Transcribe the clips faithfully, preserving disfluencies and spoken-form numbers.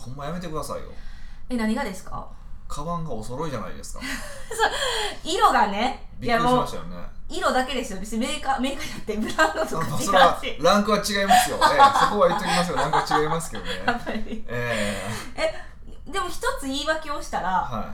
ほんまやめてくださいよ。 え、何がですか？ カバンがお揃いじゃないですか。 色がね、 びっくりしましたよね。 色だけですよ。別にメーカーメーカーだってブランドとか違うし、 それはランクは違いますよ、えー、そこは言っときますよ。ランクは違いますけどね。 やっぱりえー、えでも一つ言い訳をしたら、 はい、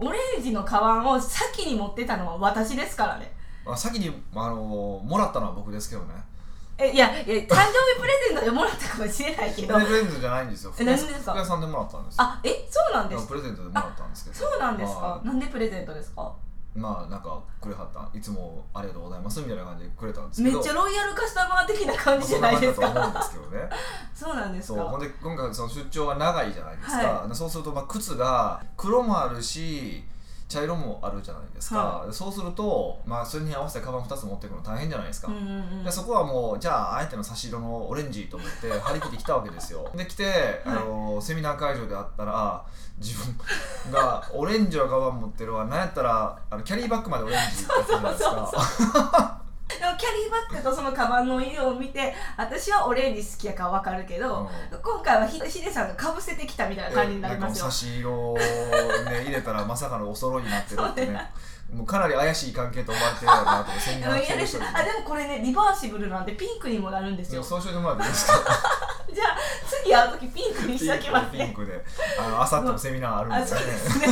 オレンジのカバンを先に持ってたのは私ですからね。 まあ、先に、あのー、もらったのは僕ですけどね。 えいやいや、誕生日プレゼントでもらったかもしれないけどプレゼントじゃないんですよ。 え、何ですか？ 服屋さんでもらったんですよ。 あ、え、そうなんですか？ プレゼントでもらったんですけど。 そうなんですか、 まあ、 なんでプレゼントですか？ まあなんかくれはった、いつもありがとうございますみたいな感じでくれたんですけど、 めっちゃロイヤルカスタマー的な感じじゃないですか。 そんな感じだと思うんですけどね。 そうなんですか。 そうほんで今回その出張は長いじゃないですか、 はい、 そうするとまあ靴が黒もあるし茶色もあるじゃないですか、はい、そうすると、まあ、それに合わせてカバンふたつ持っていくの大変じゃないですか、 うんうんうん、でそこはもうじゃああえての差し色のオレンジと思って張り切ってきたわけですよ。で来て、はい、あのセミナー会場であったら自分がオレンジのカバン持ってるわ、なんやったらあのキャリーバッグまでオレンジだったじゃないですか。 でもキャリーバッグとそのカバンの色を見て私はオレンジ好きやから分かるけど、うん、今回はヒデさんがかぶせてきたみたいな感じになりますよ。 差し色を、ね、入れたらまさかのお揃いになってるってねもうかなり怪しい関係と思われてるやろなとセミナーしてる人に、ね、 あでもこれねリバーシブルなんでピンクにもなるんですよ。 そうしといてもらっていいですか？ じゃあ次会う時ピンクにしときますね。 ピンクであさってもセミナーあるんですよね。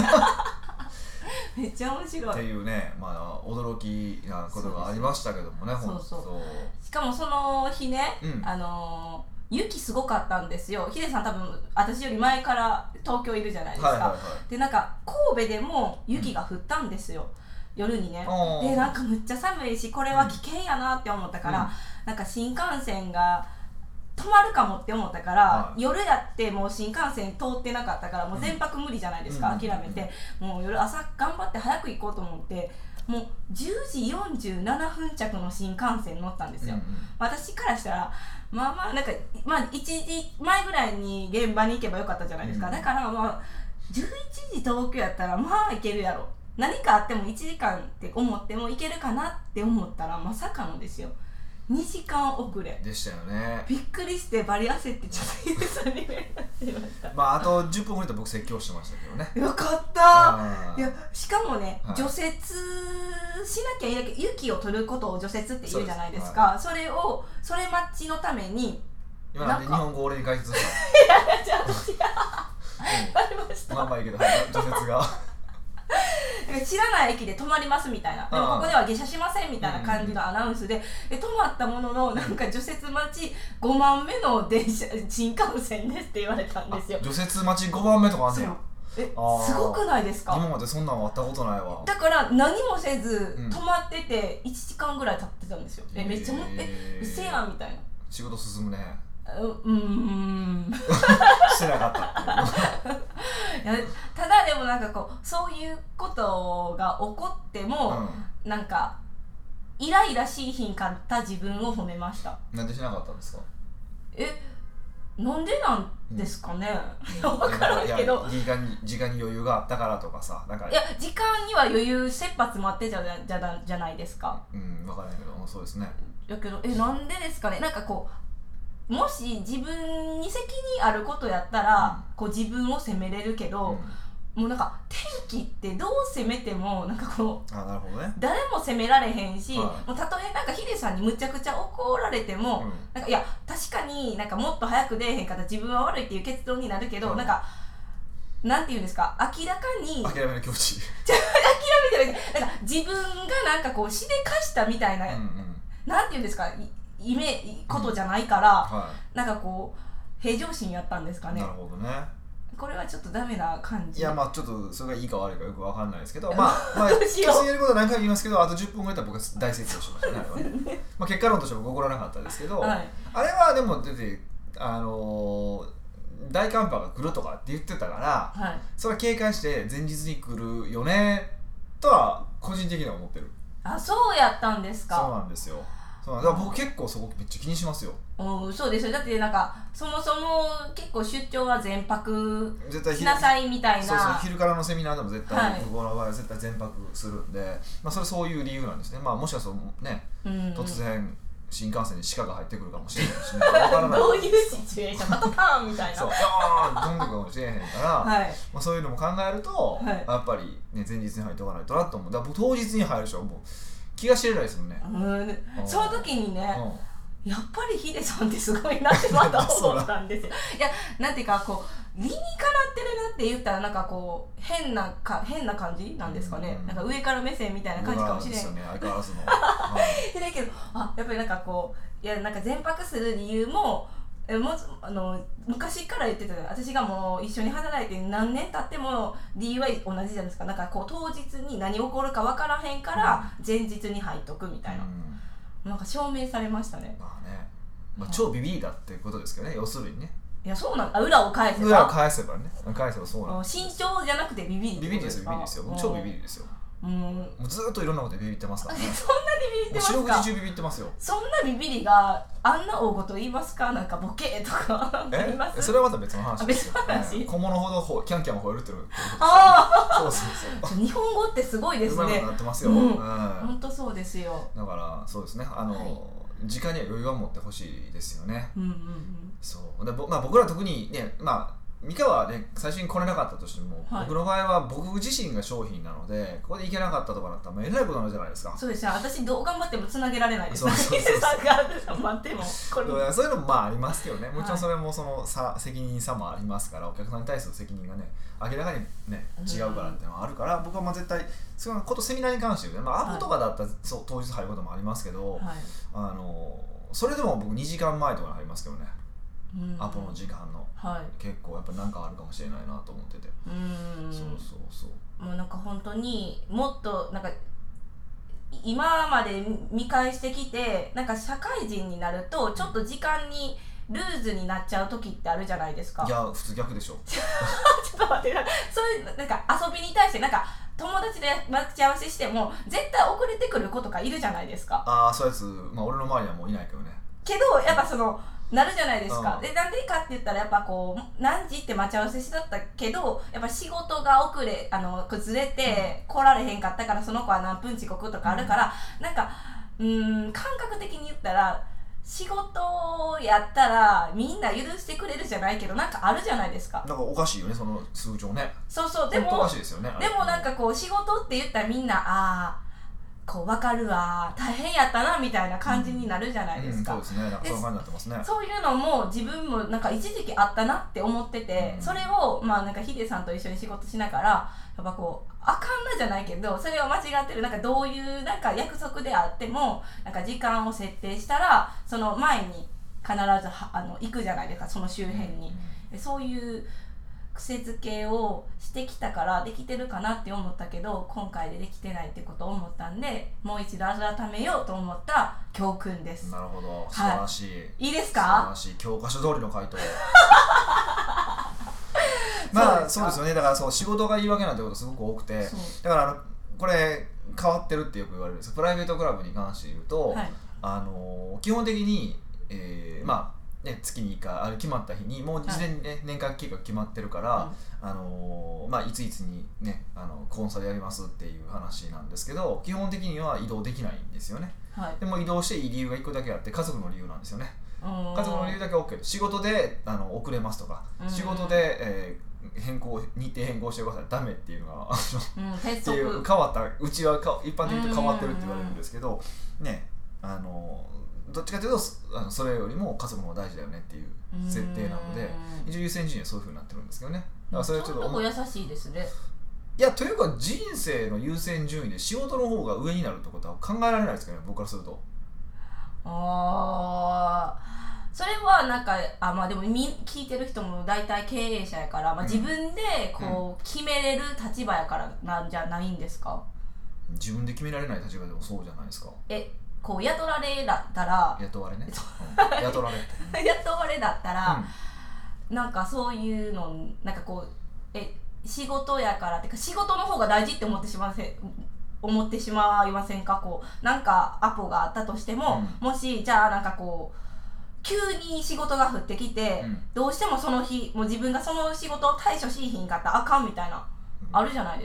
めっちゃ面白いっていうね、まあ驚きなことがありましたけどもね。 そうそうしかもその日ね、うん、あのー、雪すごかったんですよ。ヒデさん多分私より前から東京いるじゃないですか、はいはいはい、でなんか神戸でも雪が降ったんですよ、うん、夜にね。でなんかむっちゃ寒いしこれは危険やなって思ったから、うん、なんか新幹線が止まるかもって思ったから、はい、夜やってもう新幹線通ってなかったからもう全泊無理じゃないですか、うん、諦めてもう夜朝頑張って早く行こうと思ってもうじゅうじよんじゅうななふん着の新幹線乗ったんですよ、うん、私からしたらまあまあなんか、まあ、いちじまえぐらいに現場に行けばよかったじゃないですか、うん、だからまあじゅういちじ東京やったらまあ行けるやろ、何かあってもいちじかんって思っても行けるかなって思ったらまさかのですよにじかん遅れでしたよね。 びっくりしてバリ焦ってちょっとヒデさんに連絡しました。 まああとじゅっぷんぐらいで僕説教してましたけどね。 よかった。いやしかもね、はい、除雪しなきゃいけない雪を取ることを除雪って言うじゃないですか。 そ,、はい、それをそれ待ちのために今なんで日本語俺に解説したいやいやじゃあ違うありました。 まあまあいいけど、はい、除雪が知らない駅で止まりますみたいな、でもここでは下車しませんみたいな感じのアナウンスで、で止まったもののなんか除雪待ちごばんめの電車新幹線ですって言われたんですよ。 除雪待ちごばんめとかあんねん。 えすごくないですか？ 今までそんなのあったことないわ。 だから何もせず止まってていちじかんぐらい経ってたんですよ、うん、えめっちゃもえうせやんみたいな。 仕事進むね。 ううーんしてなかったっていやただでもなんかこうそういうことが起こっても、うん、なんかイライラしいひんかった自分を褒めました。 なんでしなかったんですか？ えなんでなんですかね、うん、分からんけど時間に時間に余裕があったからとかさ、なんかいや時間には余裕切羽詰まってじゃじゃじゃないですか。 うん分からないけどそうですね。 だけどえなんでですかね。なんかこうもし自分に責任あることやったら、うん、こう自分を責めれるけど、うん、もうなんか天気ってどう責めてもなんかこうあなるほど、ね、 誰も責められへんし、 はい、 もうたとえなんかヒデさんにむちゃくちゃ怒られても、うん、なんかいや確かになんかもっと早く出えへんかったら自分は悪いっていう結論になるけど、うん、なんかなんていうんですか明らかに諦めの境地諦めてるなんか自分がなんかこうしでかしたみたいな、うんうん、なんていうんですかイメことじゃないから、うんはい、なんかこう平常心やったんですかね。 なるほどね。 これはちょっとダメな感じ。 いやまあちょっとそれがいいか悪いかよくわかんないですけどまあまあ続けることは何回も言いますけどあとじゅっぷんぐらいだったら僕は大成功しましたねあれはねまあ結果論としても心なかったですけど、はい、あれはでもだってあのー、大寒波が来るとかって言ってたから、はい、それは警戒して前日に来るよねとは個人的には思ってる。 あそうやったんですか。 そうなんですよ。そうだから僕結構そこめっちゃ気にしますよ。 うん、そうですよ。だってなんかそもそも結構出張は全泊しなさいみたいな。 そうそう昼からのセミナーでも絶対向こうの場合は絶対全泊するんで、まあそれそういう理由なんですね。まあもしかしたらね、うん、突然新幹線に鹿が入ってくるかもしれないしね、分からないどういうシチュエーション、またパーンみたいな、 そう、ピョーン飛んでくるかもしれへんから、はい、まあ、そういうのも考えると、はい、やっぱり、ね、前日に入っておかないとなと思う。だから当日に入る人はもう気が知れないですもんね。 うん、その時にね、うん、やっぱりヒデさんってすごいなってまた思ったんですよ。いや、なんていうかこう理にかなってるなって言ったらなんかこう変なか変な感じなんですかね、うん、なんか上から目線みたいな感じかもしれない。そうですよね、相変わらずの。はい、だけど、あ、やっぱりなんかこう、いや、なんか前泊する理由もえもあの昔から言ってた、私がもう一緒に働いて何年経っても理由は同じじゃないですか。なんかこう当日に何起こるか分からへんから前日に入っとくみたいな、うん、なんか証明されましたね。 まあね、まあ、超ビビりだってことですけどね、要するにね。 いや、そうなんだ。裏を返せば裏を返せばね、返せばそうなんです。 慎重じゃなくてビビりってことですか。 ビビりですよ、ビビりですよ、超ビビりですよ。うん、もうずっといろんなことでビビってますからね。 そんなにビビってますか。 四六時中ビビってますよ。 そんなビビりがあんな大事言いますか。なんかボケとか言います。 それはまた別の話ですよ。 別の話。 小物ほどほキャンキャン吠えるっていう。 ああ。 そうそうそう。 日本語ってすごいですね。 うまくなってますよ。うん。 本当そうですよ。 だからそうですね。あの、はい、時間には余裕を持ってほしいですよね。 うんうんうん。 そうで、まあ、僕ら特にね、まあミカはね、最初に来れなかったとしても、はい、僕の場合は僕自身が商品なので、ここで行けなかったとかだったらえらいことになるじゃないですか。 そうですよ、私どう頑張ってもつなげられないです。そうそうそうそう待ってもこれそういうのもまあありますけどね、もちろんそれもその差責任差もありますから、お客さんに対する責任がね明らかにね違うからっていうのはあるから、うん、僕はまあ絶対そういうことセミナーに関して言うね、まあアポとかだったら、はい、そう当日入ることもありますけど、はい、あのそれでも僕にじかんまえとかに入りますけどね。アポの時間の、はい、結構やっぱ何かあるかもしれないなと思ってて、うん、そうそうそう、 もうなんか本当にもっとなんか今まで見返してきて、なんか社会人になるとちょっと時間にルーズになっちゃう時ってあるじゃないですか。 いや普通逆でしょ。 ちょっと待って、そういうなんか遊びに対してなんか友達で待ち合わせしても絶対遅れてくる子とかいるじゃないですか。 ああ、そういうやつ、まあ俺の周りにはもういないけどね。 けどやっぱそのなるじゃないですか、うん、でなんでかって言ったらやっぱこう何時って待ち合わせしてたけど、やっぱ仕事が遅れあのずれて来られへんかったから、その子は何分遅刻とかあるから、うん、なんかうーん感覚的に言ったら仕事やったらみんな許してくれるじゃないけど、なんかあるじゃないですか。 なんかおかしいよね、その通常ね。 そうそう、でもおかしいですよね。 でもなんかこう仕事って言ったらみんなあーこう分かるわ大変やったなみたいな感じになるじゃないですか、 うんうん、そうですね、なんかそういう感じになってますね。 そういうのも自分もなんか一時期あったなって思ってて、うん、それをまあなんかヒデさんと一緒に仕事しながらやっぱこうあかんなじゃないけど、それを間違ってる、なんかどういうなんか約束であってもなんか時間を設定したらその前に必ずはあの行くじゃないですか、その周辺に、うん、そういう癖づけをしてきたからできてるかなって思ったけど、今回でできてないってことを思ったんで、もう一度改めようと思った教訓です。 なるほど、素晴らしい、はい、 いいですか。 素晴らしい、教科書通りの回答まあそうですよね。だからそう仕事が言い訳なんてことすごく多くて、だからあのこれ変わってるってよく言われるんです。プライベートクラブに関して言うと、はい、あの基本的に、えー、まあね、月にいっかいあれ決まった日にもう事前に、ね、はい、年間計画決まってるから、うん、あのーまあ、いついつに、ね、あのコンサルやりますっていう話なんですけど、基本的には移動できないんですよね、はい、でも移動していい理由がいっこだけあって、家族の理由なんですよね。家族の理由だけ OK で、仕事であの遅れますとか、仕事で、えー、変更日程変更してくださいダメっていうのがうん、っていう変わった、うちはか一般的に言うと変わってるって言われるんですけどね、あのどっちかというとあのそれよりも家族の方が大事だよねっていう設定なので、一応優先順位はそういう風になってるんですけどね。だからそれちょっとちょっと優しいですね。 いや、というか人生の優先順位で仕事の方が上になるってことは考えられないですけどね、僕からすると。 ああ、それはなんかあまあでもみ聞いてる人も大体経営者やから、まあ、自分でこう決めれる立場やからなんじゃないんですか。 自分で決められない立場でもそうじゃないですか。 えこう雇われだったら雇われね、うん、雇われって雇われだったら、うん、なんかそういうのなんかこうえ仕事やからってか仕事の方が大事って思ってしまうせ思ってしまいませんか。こうなんかアポがあったとしても、うん、もしじゃあなんかこう急に仕事が降ってきて、うん、どうしてもその日もう自分がその仕事を対処しひんかったらあかんみたいな、うん、あるじゃないですか。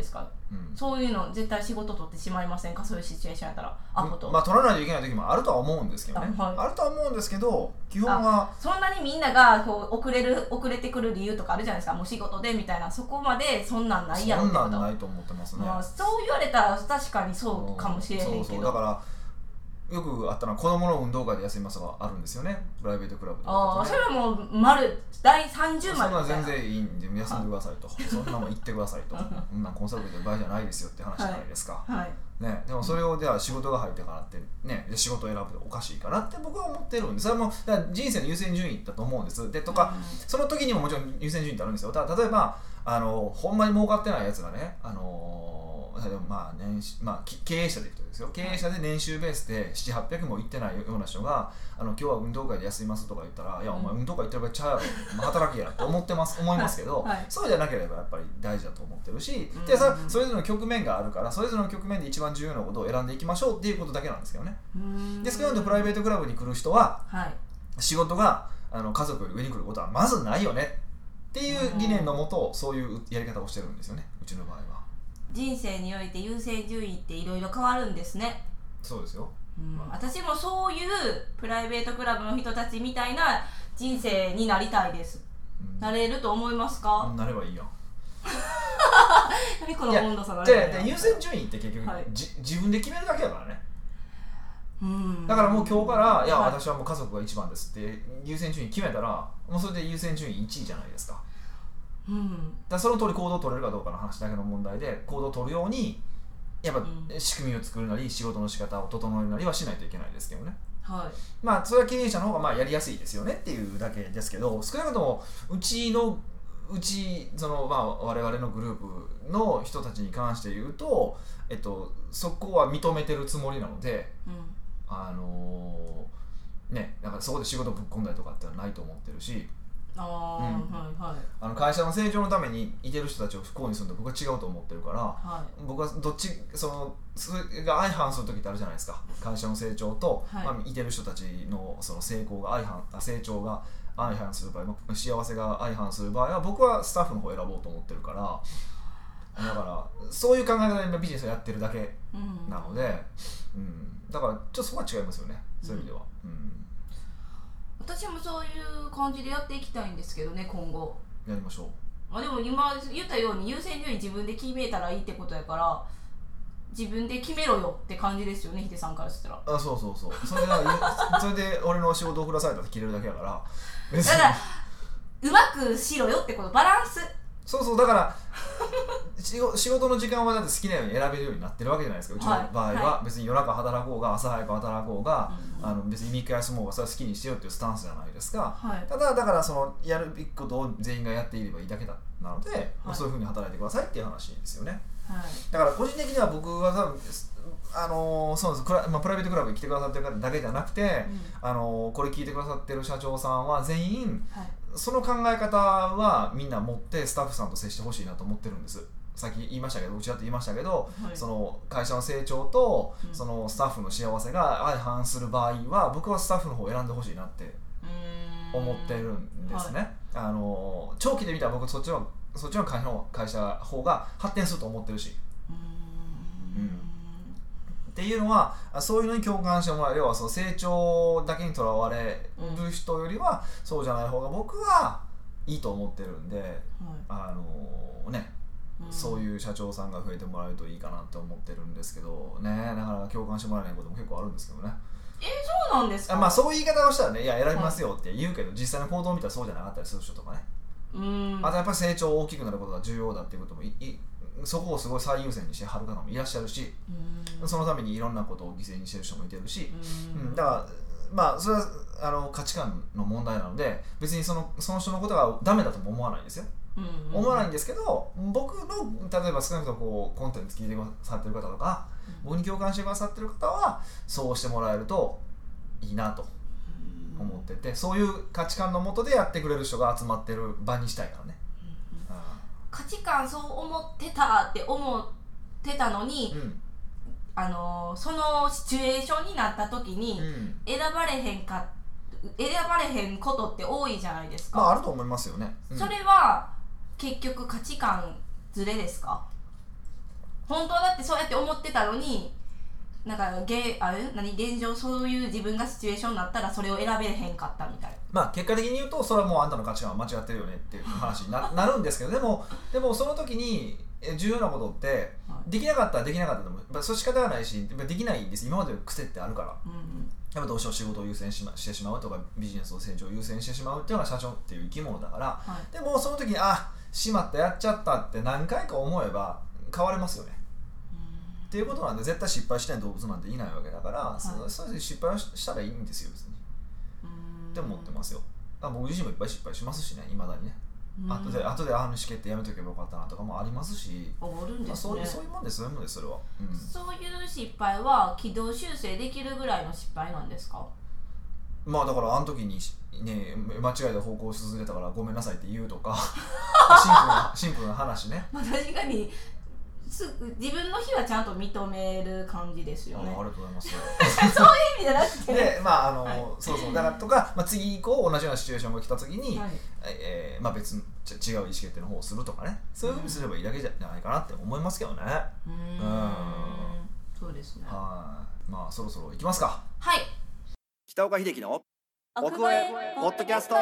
うん、そういうの絶対仕事取ってしまいませんか？そういうシチュエーションやったらアポと、 まあ取らないといけない時もあるとは思うんですけどね、はい、あるとは思うんですけど基本はそんなにみんながこう遅れる遅れてくる理由とかあるじゃないですか、もう仕事でみたいな、そこまでそんなんないやろってこと。 そんなんないと思ってますね、 まあ、そう言われたら確かにそうかもしれへんけど、 そうそうだからよくあったのは子供の運動会で休みますがあるんですよね、プライベートクラブとか、ね、 ああそれはもう丸第さんじゅうまでそんな全然いいんで休んでくださいとそんなもん行ってくださいとそんなコンサルてる場合じゃないですよって話じゃないですか、はいはいね、でもそれをでは仕事が入ってからって、ね、仕事を選ぶとおかしいかなって僕は思ってるんです。それもだから人生の優先順位だと思うんですでとか、うん、その時にももちろん優先順位ってあるんですよ。ただ例えばあのほんまに儲かってないやつがね、あのでもまあ年収まあ、経営者でいくとですよ、経営者で年収ベースでななひゃくはっぴゃくもいってないような人があの今日は運動会で休みますとか言ったら、いやお前運動会行ってる場合ちゃうやろ、まあ、働けやって思ってます思いますけど、はいはい、そうじゃなければやっぱり大事だと思ってるし、うん、でさそれぞれの局面があるからそれぞれの局面で一番重要なことを選んでいきましょうっていうことだけなんですけどね。で少なくともプライベートクラブに来る人は、はい、仕事があの家族より上に来ることはまずないよねっていう理念のもとそういうやり方をしてるんですよね、うちの場合は。 人生において優先順位っていろいろ変わるんですね。 そうですよ、 うん、私もそういうプライベートクラブの人たちみたいな人生になりたいです、うん、なれると思いますか？ なればいいやん何この温度差があるんだよ。優先順位って結局、はい、じ自分で決めるだけだからね。うんだからもう今日からいや、はい、私はもう家族が一番ですって優先順位決めたらもうそれで優先順位いちいじゃないですか。うん、だその通り行動を取れるかどうかの話だけの問題で行動を取るようにやっぱ仕組みを作るなり仕事の仕方を整えるなりはしないといけないですけどね、はい、まあそれは経営者の方がまあやりやすいですよねっていうだけですけど、少なくともうちのうちそのまあ我々のグループの人たちに関して言うと、えっと、そこは認めてるつもりなので、うん、あのー、ねだからそこで仕事ぶっ込んだりとかってのはないと思ってるし、あ、うんはいはい、あの会社の成長のためにいてる人たちを不幸にするのと僕は違うと思ってるから、はい、僕はどっちそのそれが相反する時ってあるじゃないですか。会社の成長と、はいまあ、いてる人たち の, その成功が相反成長が相反する場合、幸せが相反する場合は僕はスタッフの方を選ぼうと思ってるから、だからそういう考え方でビジネスをやってるだけなので、うんうん、だからちょっとそこは違いますよね、そういう意味では、うんうん私もそういう感じでやっていきたいんですけどね、今後やりましょう。 まあ、でも今言ったように優先順位自分で決めたらいいってことやから自分で決めろよって感じですよね、ヒデさんからしたら。 あ、そうそうそうそれがそれで俺の仕事を振らされたら切れるだけやから別にだからうまくしろよってこと、バランス。 そうそうだから仕事の時間はだって好きなように選べるようになってるわけじゃないですか、うちの場合は、はい、別に夜中働こうが朝早く働こうが、うん、あの別にみっか休もうがそれは好きにしてよっていうスタンスじゃないですか、はい、ただだからそのやるべきことを全員がやっていればいいだけだなので、はいまあ、そういうふうに働いてくださいっていう話ですよね、はい、だから個人的には僕は多分あのー、そうですプラ、まあ、プライベートクラブに来てくださってる方だけじゃなくて、うんあのー、これ聞いてくださってる社長さんは全員、はいその考え方はみんな持ってスタッフさんと接してほしいなと思ってるんです。さっき言いましたけど、うちだって言いましたけど、はい、その会社の成長と、うん、そのスタッフの幸せが相反する場合は僕はスタッフの方を選んでほしいなって思ってるんですね、はい、あの長期で見たら僕そっちのそっちの会社の会社方が発展すると思ってるし、うんうんっていうのはそういうのに共感してもらえる、要はその成長だけにとらわれる人よりは、うん、そうじゃない方が僕はいいと思ってるんで、はい、あのね、うん、そういう社長さんが増えてもらえるといいかなって思ってるんですけどね、なかなか共感してもらえないことも結構あるんですけどね。 えー、そうなんですか。 まあそういう言い方をしたらね、いや選びますよって言うけど、はい、実際の行動を見たらそうじゃなかったりする人とかね、うん、あとやっぱり成長大きくなることが重要だっていうこともいいそこをすごい最優先にしてはる方もいらっしゃるし、そのためにいろんなことを犠牲にしてる人もいてるし、うん、だからまあそれはあの価値観の問題なので別にその、その人のことがダメだとも思わないんですよ、うん、思わないんですけど、僕の例えば少なくともこうコンテンツ聞いてくださってる方とか、うん、僕に共感してくださってる方はそうしてもらえるといいなと思ってて、そういう価値観の下でやってくれる人が集まってる場にしたいからね。 価値観そう思ってたって思ってたのに、うん、あのそのシチュエーションになった時に選ばれへんか選ばれへんことって多いじゃないですか。 まああると思いますよね、 うん、それは結局価値観ずれですか？ 本当はだってそうやって思ってたのになんかげあれ何現状そういう自分がシチュエーションになったらそれを選べへんかったみたいな。 まあ結果的に言うとそれはもうあんたの価値観は間違ってるよねっていう話に な, なるんですけどでもでもその時に重要なことってできなかったらできなかったでもそれ仕方がないしできないんです。今までの癖ってあるから、うんうん、やっぱどうしても仕事を優先し、ま、してしまうとかビジネスの成長を優先してしまうっていうのが社長っていう生き物だから、はい、でもその時にあしまったやっちゃったって何回か思えば変われますよねっていうことなんで絶対失敗しない動物なんていないわけだから、はい、そ, それで失敗したらいいんですよ別にって思ってますよ。僕自身もいっぱい失敗しますしね未だにね後で後であの試験ってやめとけばよかったなとかもありますしあるんですね、まあ、 そういうそういうもんですそういうもんですそれは、 うん、そういう失敗は軌道修正できるぐらいの失敗なんですか。 まあだからあの時にね間違えた方向を進んでたからごめんなさいって言うとかシンプルなシンプルな話ねまあ確かにす自分の非はちゃんと認める感じですよね。 あ, ありがとうございますそういう意味じゃなくてでまああの、はい、そうそうだからとか、まあ、次以降同じようなシチュエーションが来た時に、はいえーまあ、別に違う意思決定の方をするとかねそういうふうにすればいいだけじゃないかなって思いますけどね。 うんうんそうですね。 はいまあそろそろ行きますか。 はい北岡秀樹の奥越えポッドキャスト。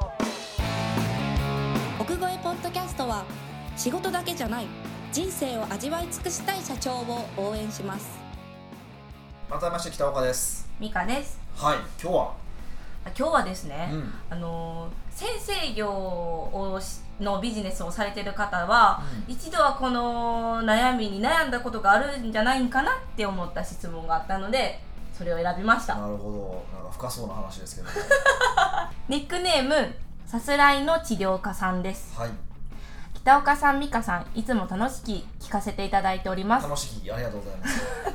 奥越えポッドキャストは仕事だけじゃない人生を味わい尽くしたい社長を応援します。 改めまして北岡です。 美香です。 はい今日は今日はですね、 うん、 あの先生業をのビジネスをされている方は、うん、一度はこの悩みに悩んだことがあるんじゃないかなって思った質問があったのでそれを選びました。 なるほどなんか深そうな話ですけど、ね、 ニックネームさすらいの治療家さんです。 はい北岡さん、美香さん、いつも楽しき聞かせていただいております。 楽しきありがとうございます、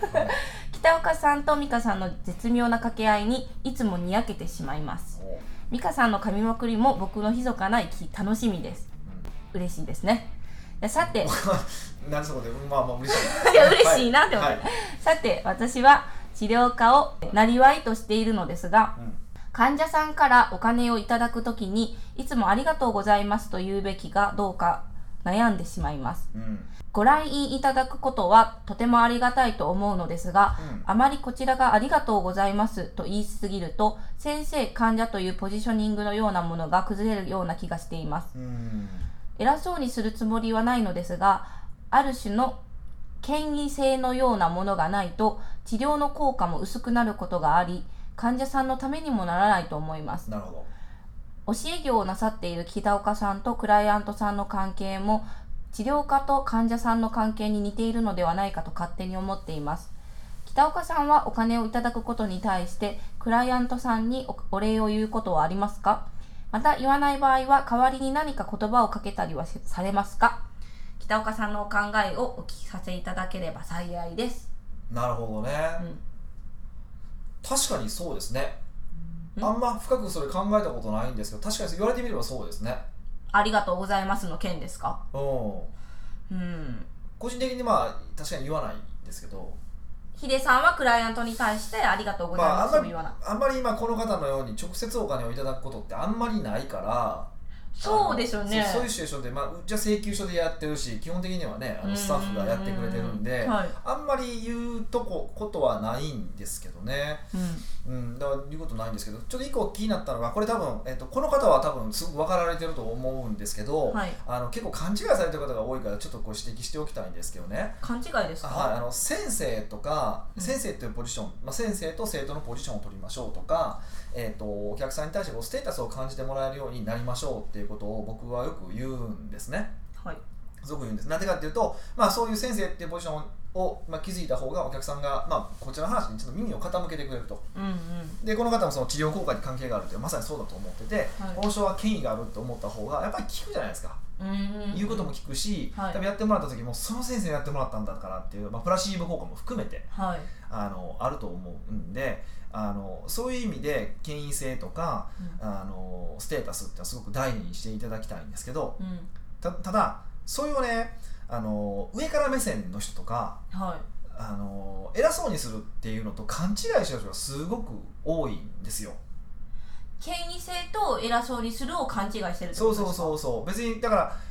はい、 北岡さんと美香さんの絶妙な掛け合いにいつもにやけてしまいます。美香さんの噛みまくりも僕の密かな楽しみです、うん、嬉しいですね。さて何そこでまあまあ嬉しいいや嬉しいなって思って、 はいはい、 さて私は治療家をなりわいとしているのですが、うん患者さんからお金をいただくときにいつもありがとうございますと言うべきかどうか悩んでしまいます、うん、ご来院いただくことはとてもありがたいと思うのですが、うん、あまりこちらがありがとうございますと言いすぎると先生患者というポジショニングのようなものが崩れるような気がしています、うん、偉そうにするつもりはないのですがある種の権威性のようなものがないと治療の効果も薄くなることがあり患者さんのためにもならないと思います。 なるほど。教え業をなさっている北岡さんとクライアントさんの関係も治療家と患者さんの関係に似ているのではないかと勝手に思っています。北岡さんはお金をいただくことに対してクライアントさんに お, お礼を言うことはありますか？また言わない場合は代わりに何か言葉をかけたりはされますか？北岡さんのお考えをお聞かせいただければ幸いです。 なるほどね、うん確かにそうですね。あんま深くそれ考えたことないんですけど確かに言われてみればそうですね。 ありがとうございますの件ですか？ うん、うん、個人的にまあ確かに言わないんですけどヒデさんはクライアントに対してありがとうございますと言わない、 まあ、あんまり今この方のように直接お金をいただくことってあんまりないからそうでしょうね。 そ う, そういうシチュエーションで、まあ、じゃあ請求書でやってるし基本的にはねあのスタッフがやってくれてるんで、はい、あんまり言うとこことはないんですけどね、うんうん、だから言うことないんですけどちょっと一個気になったのがこれ多分、えっと、この方は多分すごく分かられてると思うんですけど、はい、あの結構勘違いされてる方が多いからちょっとこう指摘しておきたいんですけどね。 勘違いですか？ はい、あの先生とか、うん、先生というポジション、まあ、先生と生徒のポジションを取りましょうとかえー、とお客さんに対してこうステータスを感じてもらえるようになりましょうっていうことを僕はよく言うんですね。 はい。 すごく言うんです。なんでかっていうと、まあ、そういう先生っていうポジションを、まあ、気づいた方がお客さんが、まあ、こちらの話にちょっと耳を傾けてくれると、うんうん、でこの方もその治療効果に関係があるってまさにそうだと思ってて、はい、この人は権威があると思った方がやっぱり聞くじゃないですか。うんうんうん、言うことも聞くし、はい、多分やってもらった時もその先生にやってもらったんだからっていう、まあ、プラシーボ効果も含めて、はい、あのあると思うんであのそういう意味で権威性とか、うん、あのステータスってのはすごく大事にしていただきたいんですけど、うん、た, ただそういうねあの上から目線の人とか、はい、あの偉そうにするっていうのと勘違いしてる人がすごく多いんですよ。 権威性と偉そうにするを勘違いしてるってことですか？ そうそうそうそう別にだから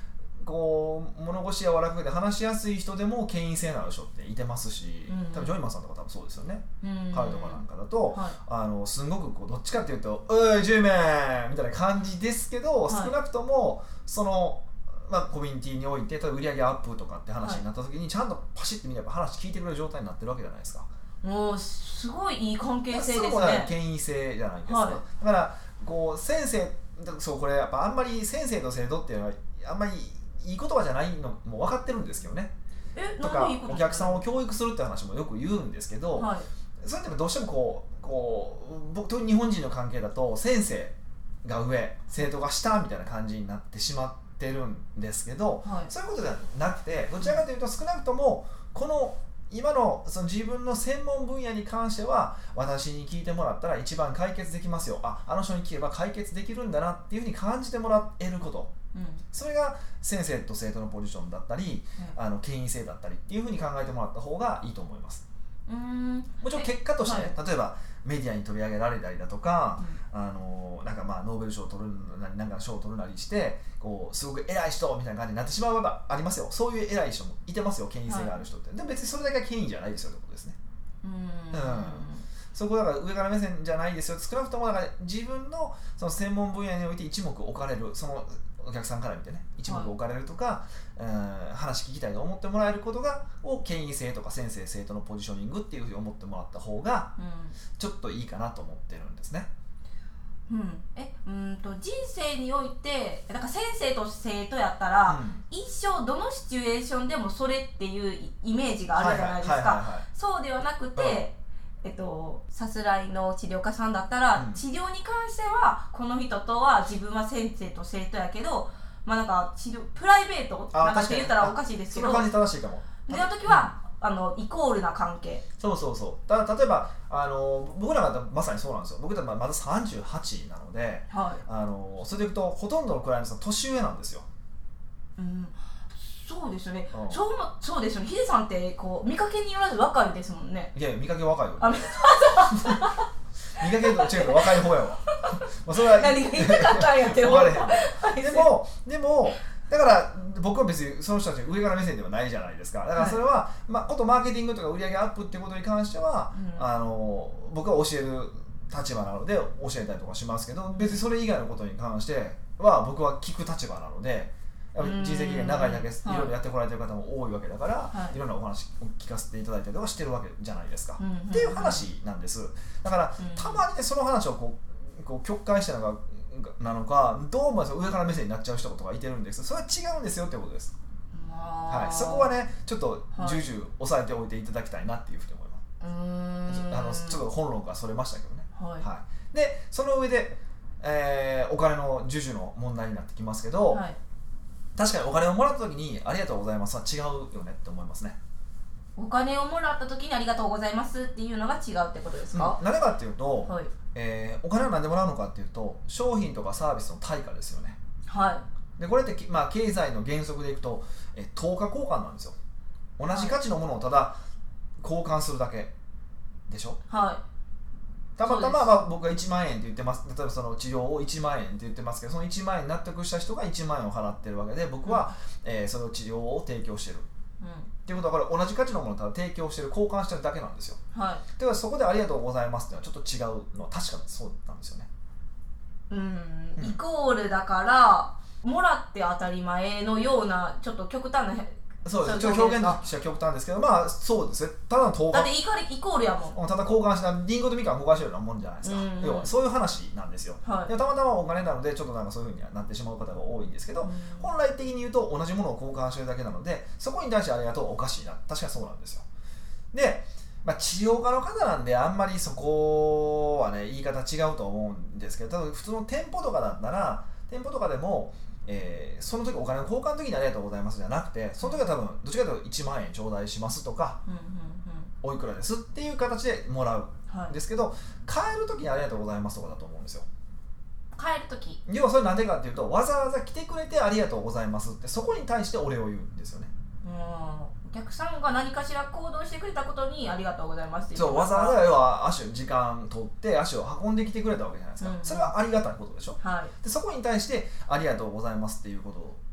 こう物腰柔らかくて話しやすい人でも権威性のある人っていてますし、うん、多分ジョイマンさんとか多分そうですよね、うん、彼とかなんかだと、はい、あのすごくこうどっちかっていうと「おいジョイマン!」みたいな感じですけど、はい、少なくともその、まあ、コミュニティにおいて例えば売上アップとかって話になった時にちゃんとパシッて見れば話聞いてくれる状態になってるわけじゃないですか。 もうすごいいい関係性ですね。 そうね、権威性じゃないですか、はい、だからこう先生そうこれやっぱあんまり先生と生徒っていうのはあんまりいい言葉じゃないのも分かってるんですけどね。 えとかお客さんを教育するって話もよく言うんですけど、はい、それってどうしてもこうこう僕と日本人の関係だと先生が上生徒が下みたいな感じになってしまってるんですけど、はい、そういうことではなくてどちらかというと少なくともこの今 の, その自分の専門分野に関しては私に聞いてもらったら一番解決できますよ、ああの人に聞けば解決できるんだなっていうふうに感じてもらえること、うん、それが先生と生徒のポジションだったり、うん、あの権威性だったりっていうふうに考えてもらった方がいいと思います。うーんもちろん結果としてね、はい、例えばメディアに取り上げられたりだとか、うん、あのなんかまあノーベル賞を取るなりなんか賞を取るなりしてこうすごく偉い人みたいな感じになってしまう場合はありますよ。そういう偉い人もいてますよ、権威性がある人って、はい、でも別にそれだけは権威じゃないですよってことですね。うーん、うん、そこだから上から目線じゃないですよ。少なくともだから自分 の, その専門分野において一目置かれる、そのお客さんから見てね一目置かれるとか、はい、うん話聞きたいと思ってもらえることがを権威性とか先生生徒のポジショニングっていうふうに思ってもらった方が、うん、ちょっといいかなと思ってるんですね。 うん、えうんと人生においてなんか先生と生徒やったら、うん、一生どのシチュエーションでもそれっていうイメージがあるじゃないですか。そうではなくて、うんえっと、さすらいの治療家さんだったら、うん、治療に関してはこの人とは自分は先生と生徒やけど、まあなんか治療プライベートなんかって言ったらおかしいですけど、 その感じ正しいかも。 での時は、うん、あのイコールな関係。 そうそうそう。だから例えばあの僕らがまさにそうなんですよ。僕らまださんじゅうはちなので、はい、あのそれでいくとほとんどのクライアントさん年上なんですよ。 うんそうですよね、うん、そうそうですよね。ヒデさんってこう見かけによらず若いですもんね。 いやいや見かけ若いよ。あ見かけと違う若い方やわ。まあそれは何が言いたかったんやって思われへん。 でもでもだから僕は別にその人たち上から目線ではないじゃないですか。だからそれは、はい、まあことマーケティングとか売上アップっていうことに関しては、うん、あの僕は教える立場なので教えたりとかしますけど、別にそれ以外のことに関しては僕は聞く立場なので。人生経験長いだけいろいろやってこられてる方も多いわけだから、はい、いろんなお話を聞かせていただいたりとかしてるわけじゃないですか、うんうん、っていう話なんです。だから、うん、たまにねその話をこうこう曲解したのかなのかどうも上から目線になっちゃう人とかいてるんです。それは違うんですよってことです。はい、そこはねちょっと重々押さえておいていただきたいなっていうふうに思います。あのちょっと本論からそれましたけどね、はいはい、でその上で、えー、お金の授受の問題になってきますけど、はい、確かにお金をもらった時にありがとうございますは違うよねって思いますね。 お金をもらった時にありがとうございますっていうのが違うってことですか？ うん、何かっていうと、はいえー、お金を何でもらうのかっていうと商品とかサービスの対価ですよね。はい。でこれって、まあ、経済の原則でいくと、え等価交換なんですよ。同じ価値のものをただ交換するだけでしょ。はい。たまたま、まあ、僕がいちまんえんって言ってます。例えばその治療をいちまんえんって言ってますけど、そのいちまんえん納得した人がいちまんえんを払ってるわけで、僕は、うんえー、その治療を提供してる、うん、っていうことはこれ同じ価値のものをただ提供してる交換してるだけなんですよ。はい。ではそこでありがとうございますっていうのはちょっと違うのは確かにそうなんですよね。 うん、うん、イコールだからもらって当たり前のようなちょっと極端なそうです。表現としては極端ですけど、まあそうですね。ただの等価。 だってイコールやもん。 ただ交換したリンゴとみかん交換してるようなもんじゃないですか。うんうん、要はそういう話なんですよ。はい、でたまたまお金なのでちょっとなんかそういう風にはなってしまう方が多いんですけど、うん、本来的に言うと同じものを交換してるだけなので、そこに対してありがとうおかしいな。確かにそうなんですよ。で、まあ、治療家の方なんであんまりそこはね言い方違うと思うんですけど、ただ普通の店舗とかだったら店舗とかでも。えー、その時お金の交換の時にありがとうございますじゃなくて、その時は多分どっちかというといちまんえん頂戴しますとか、うんうんうん、おいくらですっていう形でもらうんですけど、はい、帰る時にありがとうございますとかだと思うんですよ。 帰る時要はそれなんでかっていうと、わざわざ来てくれてありがとうございますってそこに対してお礼を言うんですよね。 うん、お客さんが何かしら行動してくれたことにありがとうございますっていう。 そう、わざわざ要は足を時間取って足を運んできてくれたわけじゃないですか、うんうん、それはありがたいことでしょ、はい、でそこに対してありがとうございますっていうこと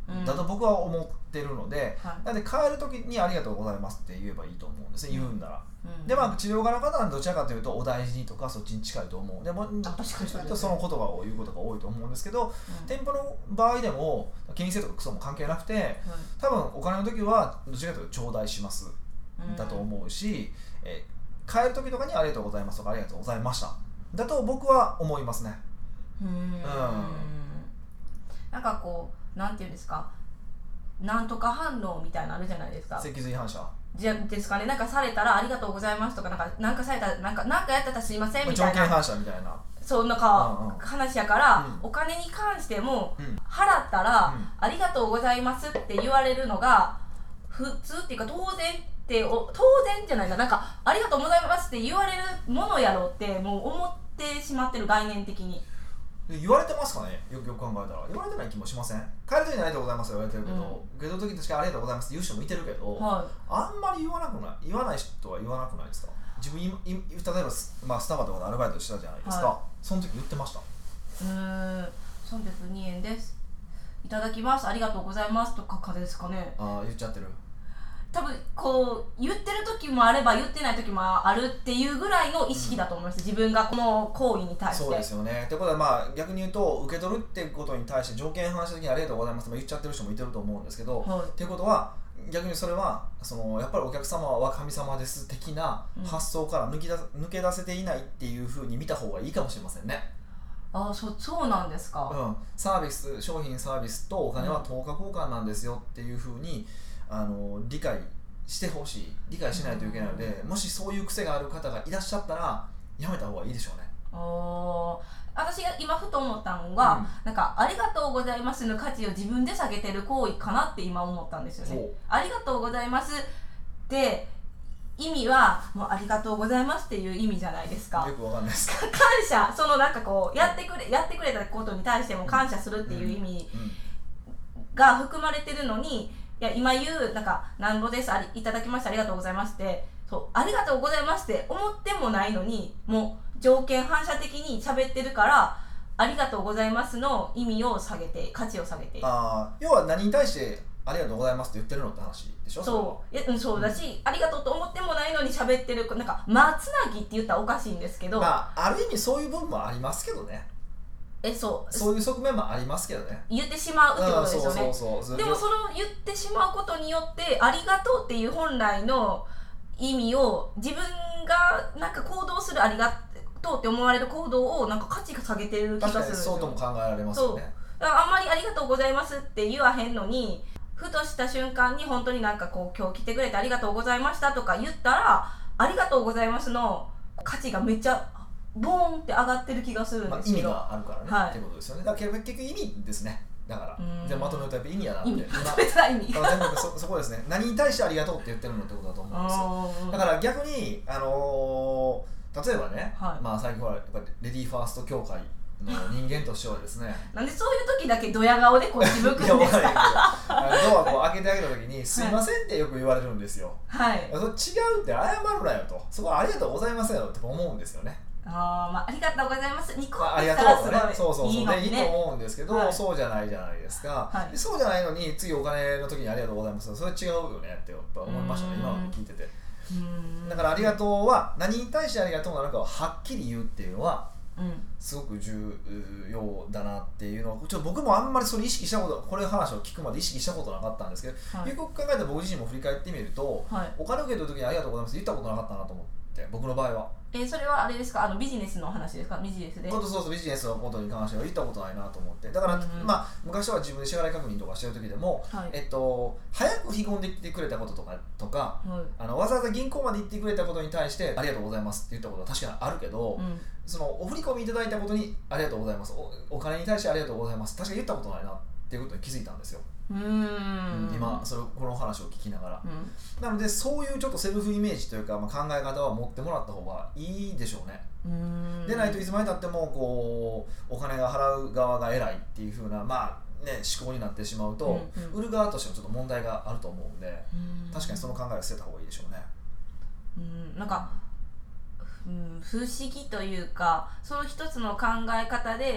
だと僕は思ってるので、うん、なので帰る時にありがとうございますって言えばいいと思うんですね、言うんなら、うん、でまあ治療家の方はどちらかというとお大事にとかそっちに近いと思うでも確かにその言葉を言うことが多いと思うんですけど、うん、店舗の場合でも金銭とかクソも関係なくて、うん、多分お金の時はどちらかというと頂戴しますだと思うし、うん、え帰る時とかにありがとうございますとかありがとうございましただと僕は思いますね。 うーん、うん、なんかこうなんていうんですか、なんとか反応みたいなのあるじゃないですか。 脊髄反射じゃですかね。なんかされたらありがとうございますとか、なんかなんかされたらなんかなんかやってたらすいませんみたいな。 条件反射みたいな。 そうなんか話やから、うん、お金に関しても、うん、払ったら、うん、ありがとうございますって言われるのが普通っていうか当然ってお当然じゃないか。なんかありがとうございますって言われるものやろってもう思ってしまってる概念的に。 言われてますかね、よくよく考えたら言われてない気もしません。帰る時にありがとうございますと言われてるけど、うん、受け取る時に確かにありがとうございますって言う人もいてるけど、はい、あんまり言わなくない言わない人は言わなくないですか。自分い例えば、まあ、スタバとかでアルバイトしたじゃないですか、はい、その時言ってました。 うーんさんびゃくにえんですいただきますありがとうございますとかかですかね。 ああ言っちゃってる。 多分こう言ってる時もあれば言ってない時もあるっていうぐらいの意識だと思います、うん、自分がこの行為に対して。 そうですよね。ということはまあ逆に言うと受け取るっていうことに対して条件反射的にありがとうございますと言っちゃってる人もいてると思うんですけど、はい、っていうことは逆にそれはそのやっぱりお客様は神様です的な発想から抜き出、抜け出せていないっていうふうに見た方がいいかもしれませんね。 ああ そ, そうなんですか、 うん、サービス商品サービスとお金は等価交換なんですよっていうふうにあの理解してほしい理解しないといけないので、うん、もしそういう癖がある方がいらっしゃったらやめた方がいいでしょうね。 あ私が今ふと思ったのが、うん、なんかありがとうございますの価値を自分で下げてる行為かなって今思ったんですよね。ありがとうございますって意味はもうありがとうございますっていう意味じゃないですか。 よくわかんないですか。 感謝そのなんかこうやってくれやってくれたことに対しても感謝するっていう意味が含まれてるのに、いや今言うなんかなんぼですありいただきましたありがとうございますってそうありがとうございますって思ってもないのにもう条件反射的に喋ってるからありがとうございますの意味を下げて価値を下げて。 あ要は何に対してありがとうございますって言ってるのって話でしょ。 そういやそうだし、うん、ありがとうと思ってもないのに喋ってるなんか間つなぎって言ったらおかしいんですけど、 まあ、ある意味そういう部分もありますけどね。 えそうそういう側面もありますけどね。 言ってしまうってことですよね、 うん、そうそうそうでもそれを言ってしまうことによってありがとうっていう本来の意味を自分がなんか行動するありがとうって思われる行動をなんか価値が下げてる気がするんですよ。 確かにそうとも考えられますよね。 そうあんまりありがとうございますって言わへんのにふとした瞬間に本当になんかこう今日来てくれてありがとうございましたとか言ったらありがとうございますの価値がめっちゃボーンって上がってる気がするんですけど、 まあ、意味があるからね、はい、ってことですよね。だから結局意味ですね。だからじゃあまとめるとやっぱ意味やなって意味まとめた意味全部 そ, そこですね。何に対してありがとうって言ってるのってことだと思うんですよ。だから逆にあのー、例えばね、はい、まあ最近ほらやっぱりレディーファースト協会の人間としてはですねなんでそういう時だけドヤ顔でこっち向くんですか。 ドアこう開けてあげた時にすいませんってよく言われるんですよ。はい。それ違うって謝るなよと。そこはありがとうございますよって思うんですよね。 あまあ、ありがとうございます。ニコってしたらすごい、まあ、ありがとうね。そうそうそういいのね。 でいいと思うんですけど、はい、そうじゃないじゃないですか、はい、でそうじゃないのに次お金の時にありがとうございますそれ違うよねってやっぱ思いましたね今の聞いてて。うんだからありがとうは何に対してありがとうなのかをはっきり言うっていうのはすごく重要だなっていうのはちょっと僕もあんまりそれ意識したことこれ話を聞くまで意識したことなかったんですけど、はい、よく考えて僕自身も振り返ってみると、はい、お金を受け取る時にありがとうございますって言ったことなかったなと思って僕の場合は。 えー、それはあれですかあのビジネスの話ですかビジネスで。 そうそうビジネスのことに関しては言ったことないなと思ってだから、うん、まあ昔は自分で支払い確認とかしてる時でも、はいえっと、早く振り込んできてくれたこととかとか、はい、あのわざわざ銀行まで行ってくれたことに対してありがとうございますって言ったことは確かにあるけど、うん、そのお振り込みいただいたことにありがとうございます お, お金に対してありがとうございます確かに言ったことないなっていうことに気づいたんですよ。うーん今それこの話を聞きながら、うん、なのでそういうちょっとセルフイメージというか、まあ、考え方は持ってもらった方がいいでしょうね。うーんでないといつまでたってもこうお金が払う側が偉いっていう風な、まあね、思考になってしまうと、うんうん、売る側としてもちょっと問題があると思うんでうん確かにその考えを捨てた方がいいでしょうね。 うんなんか、うん、不思議というかその一つの考え方で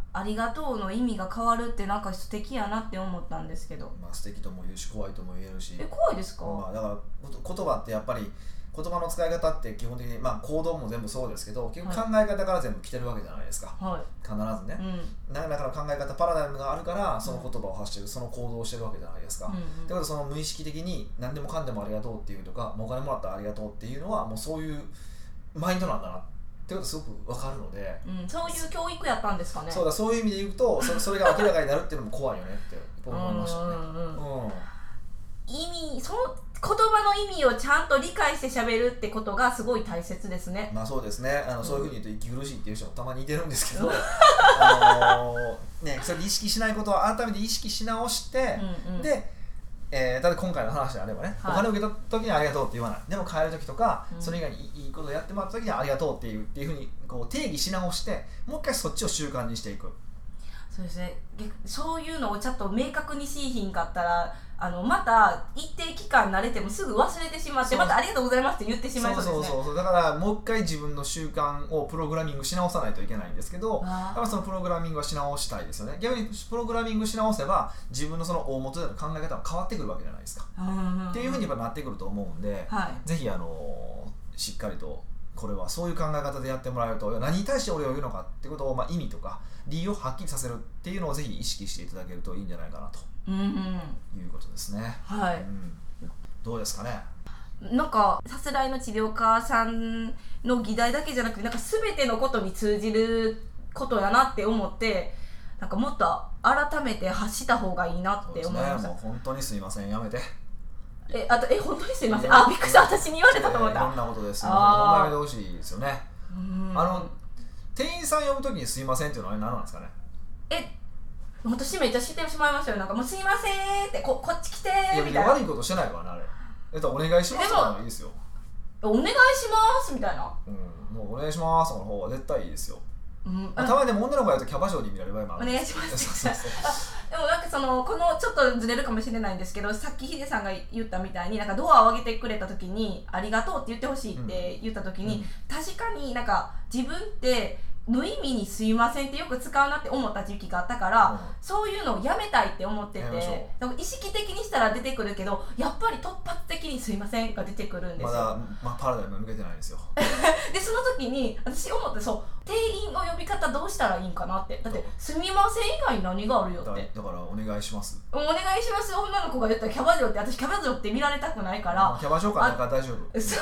ありがとうの意味が変わるってなんか素敵やなって思ったんですけど。 まあ素敵とも言うし怖いとも言えるし。 え、怖いですか？ まあだから言葉ってやっぱり言葉の使い方って基本的に、まあ行動も全部そうですけど、結局考え方から全部来てるわけじゃないですか、はい、必ずね、うん、何らかの考え方パラダイムがあるからその言葉を発してる、その行動をしてるわけじゃないですか、うんうん、ってことでその無意識的に何でもかんでもありがとうっていうとか、もうお金もらったらありがとうっていうのはもうそういうマインドなんだなってことすごく分かるので、 うん、そういう教育やったんですかね。 そうだ、そういう意味で言うと そ, それが明らかになるっていうのも怖いよねって思いましたね。うんうんうん、うん、 意味、その言葉の意味をちゃんと理解して喋るってことがすごい大切ですね。 まあそうですね、あの、うん、そういうふうに言うと息苦しいっていう人もたまにいてるんですけどあのー、ね、それで意識しないことを改めて意識し直して、うんうん、で、えー、だって今回の話であればね、はい、お金を受け取った時にありがとうって言わない、でも帰る時とか、うん、それ以外にいいことをやってもらった時にありがとうっていうっていうふうにこう定義し直して、もう一回そっちを習慣にしていく。 そうですね、そういうのをちょっと明確にしひんかったら、あのまた一定期間慣れてもすぐ忘れてしまって、またありがとうございますって言ってしまいそうですね。 そうそうそう、だからもう一回自分の習慣をプログラミングし直さないといけないんですけど、やっぱそのプログラミングはし直したいですよね。逆にプログラミングし直せば自分のその大元での考え方が変わってくるわけじゃないですか、っていうふうにやっぱなってくると思うんで、はい、ぜひあのしっかりとこれはそういう考え方でやってもらえると、何に対して俺を言うのかってことを、まあ、意味とか理由をはっきりさせるっていうのをぜひ意識していただけるといいんじゃないかなと、うんうん、いうことですね。はい、うん、どうですかね。 なんかさすらいの治療家さんの議題だけじゃなくて、なんか全てのことに通じることやなって思って、なんかもっと改めて発した方がいいなって思いました。 そうですね、もう本当にすいません、やめて。 え、あと、え、本当にすいません。あ、びっくりした、私に言われたと思った。 いろんなことですよ。ほんまやめてほしいですよね。あの店員さん呼ぶときにすいませんっていうのは何なんですかね。 え、私めっちゃ知ってしまいましたよ。なんかもうすいませんって、ここっち来てーみたいな。 悪いことしてないからね、あれ。えっとお願いしますとかいいですよ。 お願いしますみたいな。 うん、もうお願いしますの方が絶対いいですよ。うん、たまにでも女の子やるとキャバ嬢に見られる場合もある。 お願いします。でもなんかそのこのちょっとずれるかもしれないんですけど、さっきヒデさんが言ったみたいに、なんかドアを上げてくれた時にありがとうって言ってほしいって言った時に、うん、確かになんか自分って無意味にすいませんってよく使うなって思った時期があったから、うん、そういうのをやめたいって思ってて、意識的にしたら出てくるけど、やっぱり突発的にすいませんが出てくるんですよ。 まだ、まあ、パラダイムは抜けてないんですよでその時に私思って、そう店員の呼び方どうしたらいいんかなって。だってすみません以外に何があるよって。 だからお願いします、 お願いします。女の子が言ったらキャバ嬢って、私キャバ嬢って見られたくないから、まあ、 キャバ嬢かなんか大丈夫結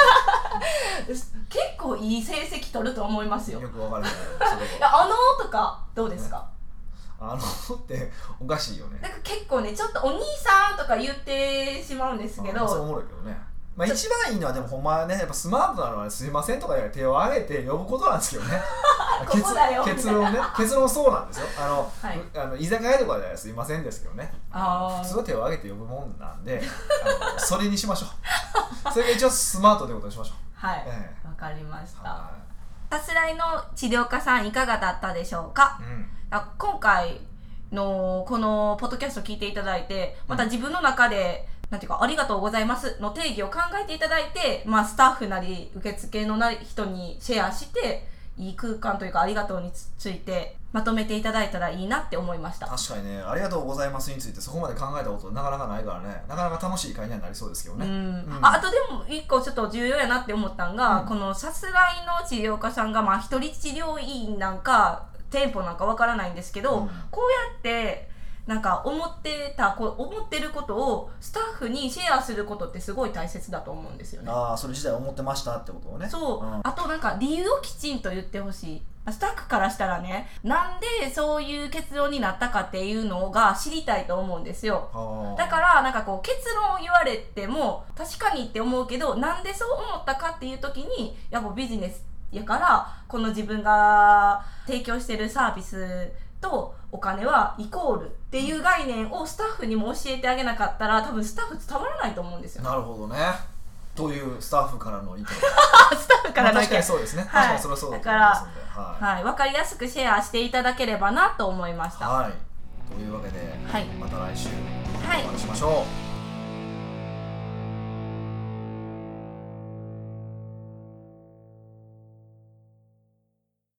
構いい成績取ると思いますよ。 よくわかるけどいや、あのーとかどうですか、ね、 あのーっておかしいよね。 なんか結構ね、ちょっとお兄さんとか言ってしまうんですけど、 そうおもろいけどね。まあ、一番いいのはでもほんまはね、やっぱスマートなのは、ね、すいませんとかで手を挙げて呼ぶことなんですけどねここだよ結論ね、結論そうなんですよ。あの、はい、あの居酒屋とかではすいませんですけどね、あ普通は手を挙げて呼ぶもんなんであのそれにしましょうそれが一応スマートということにしましょう。 はい、わ、ええ、かりました。さすらいの治療家さんいかがだったでしょうか、うん、あ今回のこのポッドキャスト聞いていただいて、また自分の中で、うん、なんていうか、ありがとうございますの定義を考えていただいて、まあ、スタッフなり受付のなり人にシェアして、いい空間というかありがとうについてまとめていただいたらいいなって思いました。 確かにね、ありがとうございますについてそこまで考えたことなかなかないからね、なかなか楽しい会にはなりそうですけどね。うん、 うん、あ, あとでも一個ちょっと重要やなって思ったのが、うん、このさすらいの治療家さんが、まあ、一人治療院なんか店舗なんかわからないんですけど、うん、こうやってなんか思ってたこ思ってることをスタッフにシェアすることってすごい大切だと思うんですよね。 ああ、それ自体思ってましたってことをね。 そう、うん、あとなんか理由をきちんと言ってほしい。スタッフからしたらね、なんでそういう結論になったかっていうのが知りたいと思うんですよ。だからなんかこう結論を言われても確かにって思うけど、なんでそう思ったかっていう時に、やっぱビジネスやからこの自分が提供してるサービスとお金はイコールっていう概念をスタッフにも教えてあげなかったら、多分スタッフ伝わらないと思うんですよ。 なるほどね。というスタッフからの意見スタッフからの意見、まあ、確かにそうですね、はい、確かにそれはそうだと思いますので、 はいはい、分かりやすくシェアしていただければなと思いました。 はい、というわけで、はい、また来週お会いしましょう。